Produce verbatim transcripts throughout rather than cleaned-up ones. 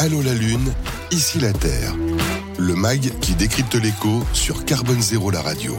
Allô la Lune, ici la Terre. Le mag qui décrypte l'écho sur Carbone Zéro la radio.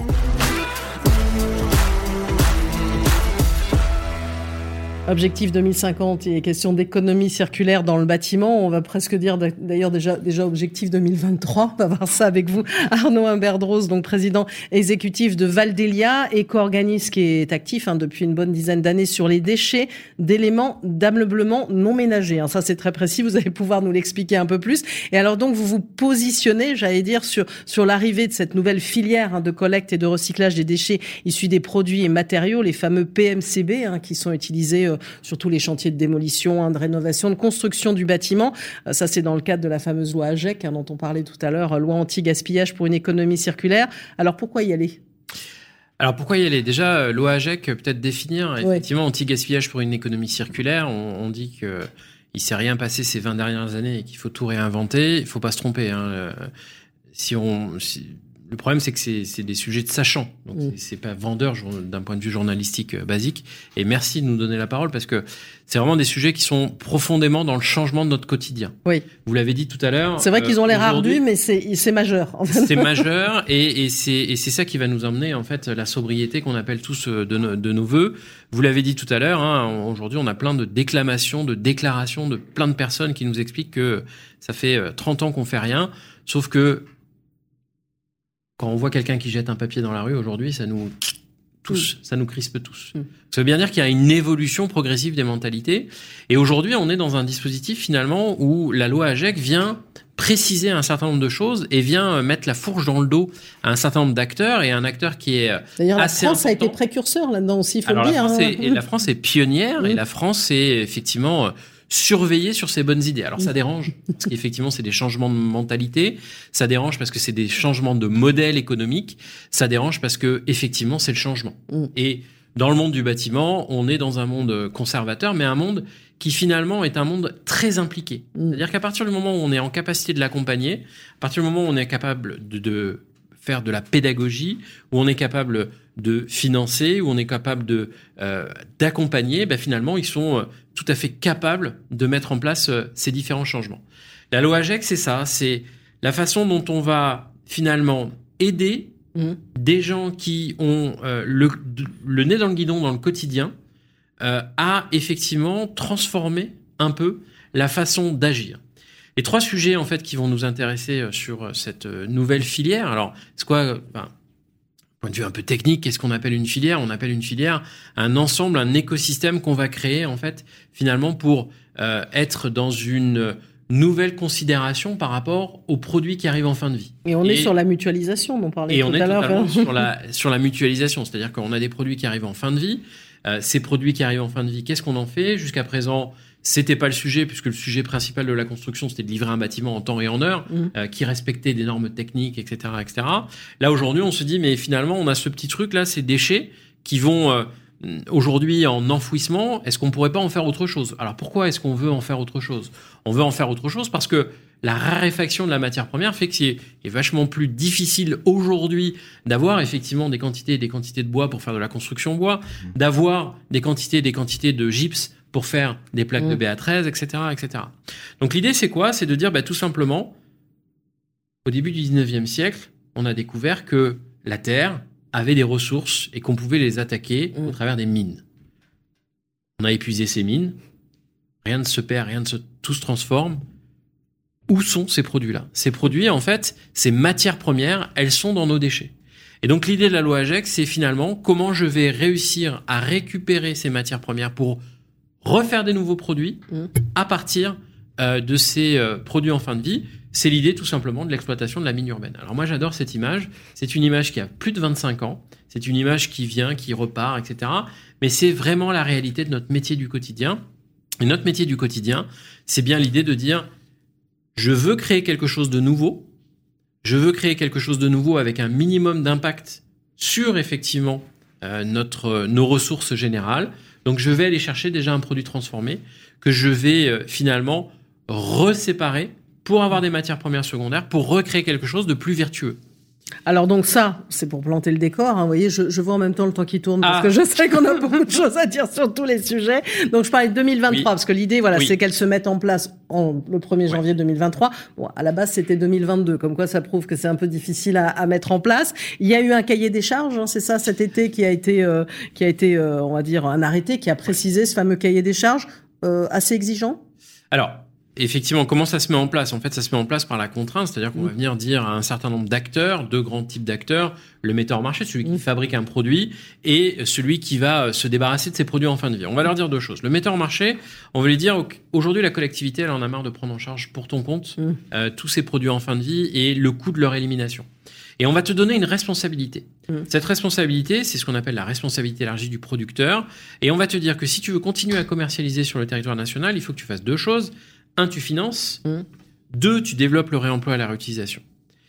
Objectif deux mille cinquante et question d'économie circulaire dans le bâtiment. On va presque dire d'ailleurs déjà, déjà objectif deux mille vingt-trois. On va voir ça avec vous. Arnaud Imbert-Droz, donc président exécutif de Valdelia, éco-organisme qui est actif hein, depuis une bonne dizaine d'années sur les déchets d'éléments d'ameublement non ménagers. Hein, ça c'est très précis, vous allez pouvoir nous l'expliquer un peu plus. Et alors donc vous vous positionnez, j'allais dire, sur, sur l'arrivée de cette nouvelle filière hein, de collecte et de recyclage des déchets issus des produits et matériaux, les fameux P M C B hein, qui sont utilisés euh, sur tous les chantiers de démolition, hein, de rénovation, de construction du bâtiment. Euh, ça, c'est dans le cadre de la fameuse loi A G E C, hein, dont on parlait tout à l'heure, euh, loi anti-gaspillage pour une économie circulaire. Alors, pourquoi y aller ? Alors, pourquoi y aller ? Déjà, loi A G E C, peut-être définir, ouais. effectivement, anti-gaspillage pour une économie circulaire. On, on dit que il s'est rien passé ces vingt dernières années et qu'il faut tout réinventer. Il faut pas se tromper. Hein. Euh, si on... Si... Le problème, c'est que c'est, c'est des sujets de sachants. Donc, mmh. c'est, c'est pas vendeur d'un point de vue journalistique euh, basique. Et merci de nous donner la parole parce que c'est vraiment des sujets qui sont profondément dans le changement de notre quotidien. Oui. Vous l'avez dit tout à l'heure. C'est vrai euh, qu'ils ont l'air ardus, mais c'est, c'est majeur. C'est majeur et, et, c'est, et c'est ça qui va nous emmener, en fait, la sobriété qu'on appelle tous de, no, de nos voeux. Vous l'avez dit tout à l'heure, hein, aujourd'hui, on a plein de déclamations, de déclarations de plein de personnes qui nous expliquent que ça fait trente ans qu'on fait rien, sauf que quand on voit quelqu'un qui jette un papier dans la rue aujourd'hui, ça nous tous, mmh. ça nous crispe tous. Mmh. Ça veut bien dire qu'il y a une évolution progressive des mentalités. Et aujourd'hui, on est dans un dispositif finalement où la loi A G E C vient préciser un certain nombre de choses et vient mettre la fourche dans le dos à un certain nombre d'acteurs et un acteur qui est D'ailleurs, assez la France important. a été précurseur là-dedans aussi, il faut Alors, le dire. La France, hein. est, et la France est pionnière mmh. et la France est effectivement surveiller sur ces bonnes idées. Alors ça dérange, parce qu'effectivement c'est des changements de mentalité, ça dérange parce que c'est des changements de modèle économique, ça dérange parce que effectivement c'est le changement. Mm. Et dans le monde du bâtiment, on est dans un monde conservateur, mais un monde qui finalement est un monde très impliqué. Mm. C'est-à-dire qu'à partir du moment où on est en capacité de l'accompagner, à partir du moment où on est capable de, de faire de la pédagogie, où on est capable de financer, où on est capable de euh, d'accompagner, ben finalement ils sont euh, tout à fait capables de mettre en place euh, ces différents changements. La loi A G E C, c'est ça, c'est la façon dont on va finalement aider mmh. des gens qui ont euh, le, le nez dans le guidon dans le quotidien euh, à effectivement transformer un peu la façon d'agir. Les trois sujets en fait qui vont nous intéresser sur cette nouvelle filière. Alors, c'est quoi enfin, point de vue un peu technique, qu'est-ce qu'on appelle une filière ? On appelle une filière un ensemble, un écosystème qu'on va créer en fait finalement pour euh, être dans une nouvelle considération par rapport aux produits qui arrivent en fin de vie. Et on et, est sur la mutualisation dont on parlait tout à l'heure. Et on est totalement sur la sur la mutualisation, c'est-à-dire qu'on a des produits qui arrivent en fin de vie. Euh, ces produits qui arrivent en fin de vie, qu'est-ce qu'on en fait ? Jusqu'à présent, c'était pas le sujet, puisque le sujet principal de la construction, c'était de livrer un bâtiment en temps et en heure, mmh. euh, qui respectait des normes techniques, et cetera, et cetera. Là, aujourd'hui, on se dit, mais finalement, on a ce petit truc-là, ces déchets qui vont euh, aujourd'hui en enfouissement. Est-ce qu'on pourrait pas en faire autre chose ? Alors, pourquoi est-ce qu'on veut en faire autre chose ? On veut en faire autre chose parce que la raréfaction de la matière première fait que c'est est vachement plus difficile aujourd'hui d'avoir effectivement des quantités et des quantités de bois pour faire de la construction bois, mmh. d'avoir des quantités et des quantités de gypse pour faire des plaques mmh. de B A treize, et cetera, et cetera. Donc l'idée, c'est quoi ? C'est de dire, bah, tout simplement, au début du dix-neuvième siècle, on a découvert que la Terre avait des ressources et qu'on pouvait les attaquer mmh. au travers des mines. On a épuisé ces mines, rien ne se perd, rien ne se... tout se transforme. Où sont ces produits-là ? Ces produits, en fait, ces matières premières, elles sont dans nos déchets. Et donc l'idée de la loi A G E C, c'est finalement comment je vais réussir à récupérer ces matières premières pour refaire des nouveaux produits mmh. à partir euh, de ces euh, produits en fin de vie. C'est l'idée tout simplement de l'exploitation de la mine urbaine. Alors moi j'adore cette image, c'est une image qui a plus de vingt-cinq ans, c'est une image qui vient, qui repart, et cetera. Mais c'est vraiment la réalité de notre métier du quotidien. Et notre métier du quotidien, c'est bien l'idée de dire je veux créer quelque chose de nouveau, je veux créer quelque chose de nouveau avec un minimum d'impact sur effectivement euh, notre, nos ressources générales. Donc je vais aller chercher déjà un produit transformé que je vais euh, finalement reséparer pour avoir des matières premières secondaires, pour recréer quelque chose de plus vertueux. Alors donc ça, c'est pour planter le décor. Hein, vous voyez, je, je vois en même temps le temps qui tourne parce ah. que je sais qu'on a beaucoup de choses à dire sur tous les sujets. Donc je parlais de deux mille vingt-trois oui. parce que l'idée, voilà, oui. c'est qu'elle se mette en place en, le premier janvier ouais. deux mille vingt-trois. Bon, à la base, c'était deux mille vingt-deux. Comme quoi, ça prouve que c'est un peu difficile à, à mettre en place. Il y a eu un cahier des charges, hein, c'est ça, cet été, qui a été, euh, qui a été, euh, on va dire, un arrêté qui a précisé ce fameux cahier des charges euh, assez exigeant. Alors. Effectivement, comment ça se met en place ? En fait, ça se met en place par la contrainte, c'est-à-dire qu'on mmh. va venir dire à un certain nombre d'acteurs, deux grands types d'acteurs, le metteur en marché, celui qui mmh. fabrique un produit, et celui qui va se débarrasser de ses produits en fin de vie. On va leur dire deux choses. Le metteur en marché, on va lui dire, aujourd'hui, la collectivité, elle en a marre de prendre en charge pour ton compte mmh. euh, tous ces produits en fin de vie et le coût de leur élimination. Et on va te donner une responsabilité. Mmh. Cette responsabilité, c'est ce qu'on appelle la responsabilité élargie du producteur, et on va te dire que si tu veux continuer à commercialiser sur le territoire national, il faut que tu fasses deux choses. Un, tu finances. Mmh. Deux, tu développes le réemploi et la réutilisation.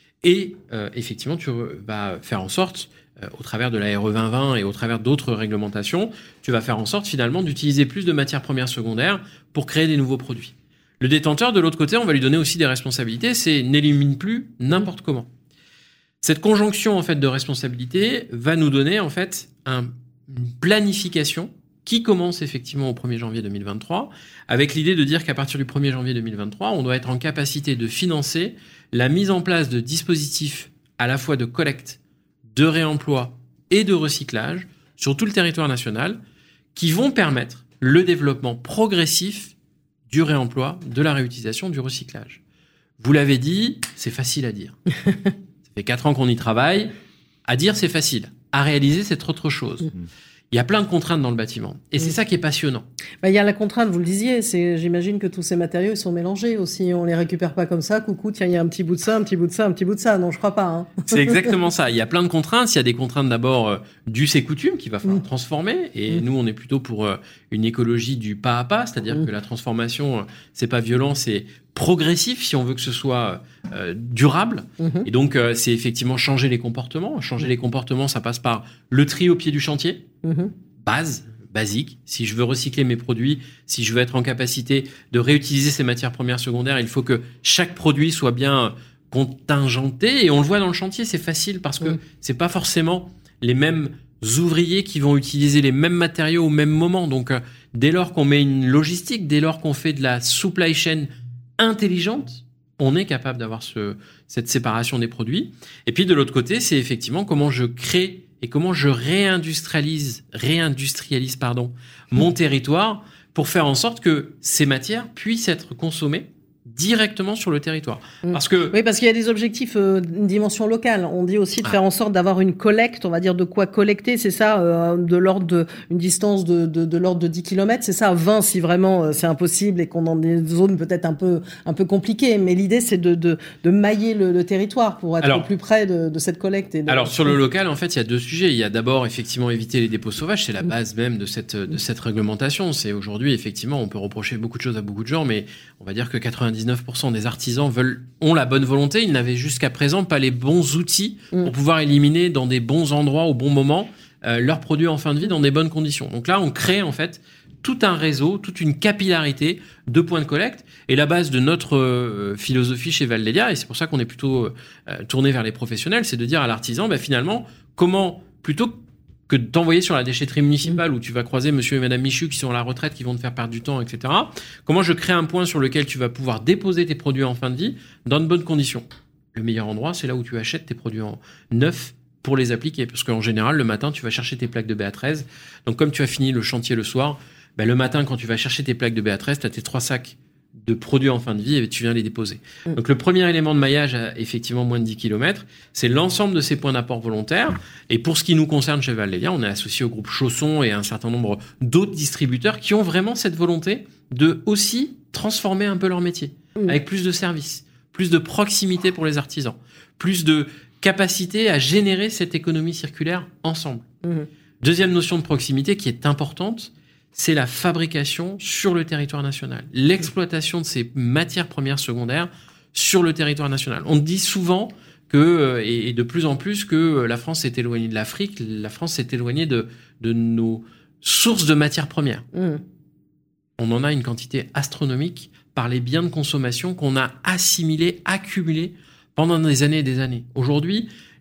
Et euh, effectivement, tu vas faire en sorte, euh, au travers de la R E vingt vingt et au travers d'autres réglementations, tu vas faire en sorte finalement d'utiliser plus de matières premières secondaires pour créer des nouveaux produits. Le détenteur, de l'autre côté, on va lui donner aussi des responsabilités, c'est n'élimine plus n'importe comment. Cette conjonction en fait de responsabilités va nous donner en fait un, une planification qui commence effectivement au premier janvier deux mille vingt-trois, avec l'idée de dire qu'à partir du premier janvier deux mille vingt-trois, on doit être en capacité de financer la mise en place de dispositifs à la fois de collecte, de réemploi et de recyclage sur tout le territoire national, qui vont permettre le développement progressif du réemploi, de la réutilisation, du recyclage. Vous l'avez dit, c'est facile à dire. Ça fait quatre ans qu'on y travaille. À dire, c'est facile. À réaliser, c'est autre chose. Mmh. Il y a plein de contraintes dans le bâtiment. Et oui. c'est ça qui est passionnant. Bah, il y a la contrainte, vous le disiez, c'est, j'imagine que tous ces matériaux ils sont mélangés aussi. On les récupère pas comme ça. Coucou, tiens, il y a un petit bout de ça, un petit bout de ça, un petit bout de ça. Non, je crois pas. Hein. C'est exactement ça. Il y a plein de contraintes. Il y a des contraintes d'abord euh, du c'est coutume qu'il va falloir mmh. transformer. Et mmh. nous, on est plutôt pour euh, une écologie du pas à pas. C'est-à-dire mmh. que la transformation, euh, c'est pas violent, c'est progressif si on veut que ce soit euh, durable. Mmh. Et donc, euh, c'est effectivement changer les comportements. Changer mmh. les comportements, ça passe par le tri au pied du chantier. Mmh. Base, basique. Si je veux recycler mes produits, si je veux être en capacité de réutiliser ces matières premières secondaires, il faut que chaque produit soit bien contingenté. Et on le voit dans le chantier, c'est facile parce que mmh. c'est pas forcément les mêmes ouvriers qui vont utiliser les mêmes matériaux au même moment. Donc, euh, dès lors qu'on met une logistique, dès lors qu'on fait de la supply chain intelligente, on est capable d'avoir ce, cette séparation des produits. Et puis, de l'autre côté, c'est effectivement comment je crée et comment je réindustrialise, réindustrialise pardon, mon territoire pour faire en sorte que ces matières puissent être consommées directement sur le territoire. Parce que oui, parce qu'il y a des objectifs, euh, une dimension locale. On dit aussi de ah. faire en sorte d'avoir une collecte, on va dire de quoi collecter, c'est ça, euh, de l'ordre de une distance de de, de l'ordre de dix kilomètres, c'est ça, vingt si vraiment euh, c'est impossible et qu'on est dans des zones peut-être un peu un peu compliquées. Mais l'idée c'est de de de mailler le, le territoire pour être alors, au plus près de, de cette collecte. Et de... Alors sur le local, en fait, il y a deux sujets. Il y a d'abord effectivement éviter les dépôts sauvages, c'est la base même de cette de cette réglementation. C'est aujourd'hui effectivement, on peut reprocher beaucoup de choses à beaucoup de gens, mais on va dire que quatre-vingt-dix-neuf pour cent des artisans veulent, ont la bonne volonté, ils n'avaient jusqu'à présent pas les bons outils mmh. pour pouvoir éliminer dans des bons endroits au bon moment euh, leurs produits en fin de vie dans des bonnes conditions. Donc là, on crée en fait tout un réseau, toute une capillarité de points de collecte. Et la base de notre euh, philosophie chez Valdelia, et c'est pour ça qu'on est plutôt euh, tourné vers les professionnels, c'est de dire à l'artisan, bah, finalement, comment, plutôt que de t'envoyer sur la déchetterie municipale où tu vas croiser monsieur et madame Michu qui sont à la retraite, qui vont te faire perdre du temps, et cetera. Comment je crée un point sur lequel tu vas pouvoir déposer tes produits en fin de vie dans de bonnes conditions. Le meilleur endroit, c'est là où tu achètes tes produits en neuf pour les appliquer. Parce qu'en général, le matin, tu vas chercher tes plaques de B A treize. Donc, comme tu as fini le chantier le soir, ben, le matin, quand tu vas chercher tes plaques de B A treize, tu as tes trois sacs de produits en fin de vie et tu viens les déposer. Mmh. Donc, le premier élément de maillage à effectivement moins de dix kilomètres, c'est l'ensemble de ces points d'apport volontaires. Et pour ce qui nous concerne chez Valdelia, on est associé au groupe Chausson et à un certain nombre d'autres distributeurs qui ont vraiment cette volonté de aussi transformer un peu leur métier mmh. avec plus de services, plus de proximité pour les artisans, plus de capacité à générer cette économie circulaire ensemble. Mmh. Deuxième notion de proximité qui est importante, c'est la fabrication sur le territoire national. L'exploitation de ces matières premières secondaires sur le territoire national. On dit souvent que, et de plus en plus, que la France s'est éloignée de l'Afrique, la France s'est éloignée de, de nos sources de matières premières. Mmh. On en a une quantité astronomique par les biens de consommation qu'on a assimilés, accumulés pendant des années et des années. Aujourd'hui,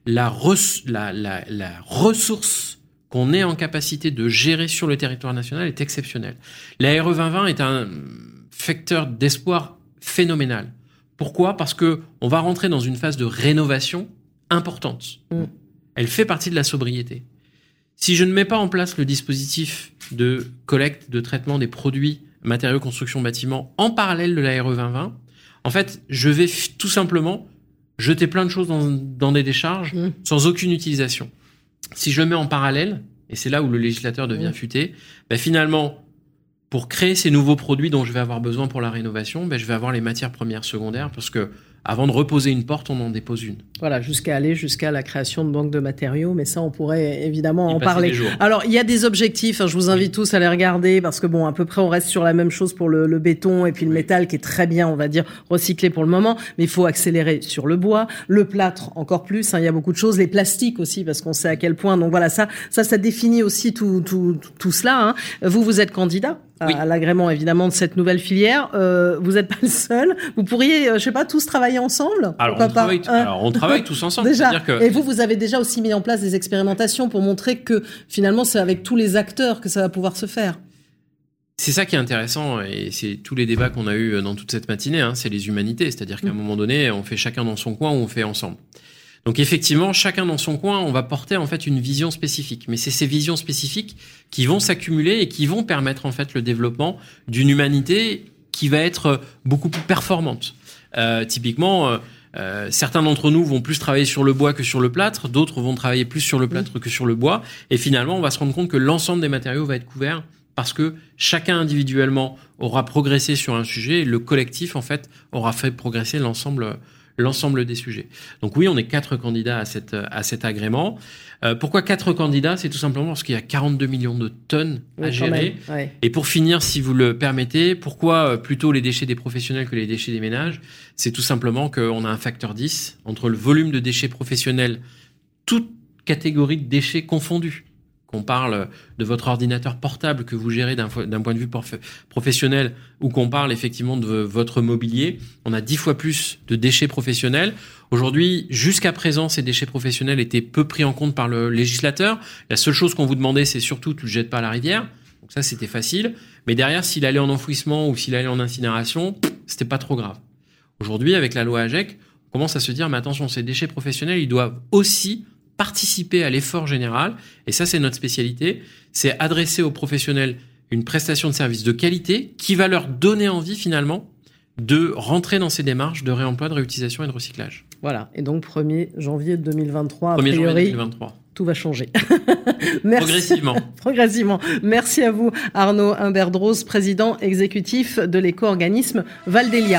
la, res, la, la, la ressource qu'on est en capacité de gérer sur le territoire national est exceptionnelle. La R E vingt vingt est un facteur d'espoir phénoménal. Pourquoi ? Parce que on va rentrer dans une phase de rénovation importante. Mmh. Elle fait partie de la sobriété. Si je ne mets pas en place le dispositif de collecte, de traitement des produits, matériaux, construction, bâtiments, en parallèle de la R E vingt vingt, en fait, je vais f- tout simplement jeter plein de choses dans, dans des décharges mmh. sans aucune utilisation. Si je le mets en parallèle, et c'est là où le législateur devient mmh. futé, ben finalement, pour créer ces nouveaux produits dont je vais avoir besoin pour la rénovation, ben je vais avoir les matières premières secondaires, parce que avant de reposer une porte, on en dépose une. Voilà, jusqu'à aller jusqu'à la création de banques de matériaux, mais ça, on pourrait évidemment en parler. Alors, il y a des objectifs, hein, je vous invite tous à les regarder, parce que bon, à peu près, on reste sur la même chose pour le, le béton et puis le oui. métal, qui est très bien, on va dire, recyclé pour le moment, mais il faut accélérer sur le bois, le plâtre encore plus, hein, il y a beaucoup de choses, les plastiques aussi, parce qu'on sait à quel point, donc voilà, ça, ça, ça définit aussi tout, tout, tout, tout cela, hein. Vous, vous êtes candidat à oui. l'agrément, évidemment, de cette nouvelle filière. Euh, vous n'êtes pas le seul. Vous pourriez, euh, je sais pas, tous travailler ensemble. Alors, on travaille, t- alors on travaille tous ensemble. Déjà. C'est-à-dire que... Et vous, vous avez déjà aussi mis en place des expérimentations pour montrer que finalement, c'est avec tous les acteurs que ça va pouvoir se faire. C'est ça qui est intéressant, et c'est tous les débats qu'on a eus dans toute cette matinée, hein, c'est les humanités. C'est-à-dire qu'à mmh. un moment donné, on fait chacun dans son coin ou on fait ensemble. Donc effectivement, chacun dans son coin, on va porter en fait une vision spécifique. Mais c'est ces visions spécifiques qui vont s'accumuler et qui vont permettre en fait le développement d'une humanité qui va être beaucoup plus performante. Euh, typiquement, euh, euh, certains d'entre nous vont plus travailler sur le bois que sur le plâtre, d'autres vont travailler plus sur le plâtre mmh. que sur le bois. Et finalement, on va se rendre compte que l'ensemble des matériaux va être couvert parce que chacun individuellement aura progressé sur un sujet et le collectif en fait aura fait progresser l'ensemble. l'ensemble des sujets. Donc oui, on est quatre candidats à, cette, à cet agrément. Euh, pourquoi quatre candidats ? C'est tout simplement parce qu'il y a quarante-deux millions de tonnes oui, à gérer. Ouais. Et pour finir, si vous le permettez, pourquoi plutôt les déchets des professionnels que les déchets des ménages ? C'est tout simplement qu'on a un facteur dix entre le volume de déchets professionnels, toute catégorie de déchets confondus. Qu'on parle de votre ordinateur portable que vous gérez d'un, d'un point de vue porf- professionnel ou qu'on parle effectivement de votre mobilier, on a dix fois plus de déchets professionnels. Aujourd'hui, jusqu'à présent, ces déchets professionnels étaient peu pris en compte par le législateur. La seule chose qu'on vous demandait, c'est surtout tu le jettes pas à la rivière. Donc ça, c'était facile. Mais derrière, s'il allait en enfouissement ou s'il allait en incinération, c'était pas trop grave. Aujourd'hui, avec la loi AGEC, on commence à se dire, mais attention, ces déchets professionnels, ils doivent aussi participer à l'effort général, et ça c'est notre spécialité, c'est adresser aux professionnels une prestation de service de qualité qui va leur donner envie finalement de rentrer dans ces démarches de réemploi, de réutilisation et de recyclage. Voilà, et donc premier janvier deux mille vingt-trois, a premier priori, janvier deux mille vingt-trois. Tout va changer. Merci. Progressivement. Progressivement. Merci à vous, Arnaud Humbert-Droz, président exécutif de l'éco-organisme Valdélia.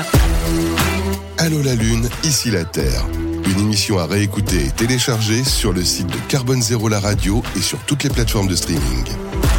Allô la Lune, ici la Terre. Une émission à réécouter et télécharger sur le site de Carbone Zéro la radio et sur toutes les plateformes de streaming.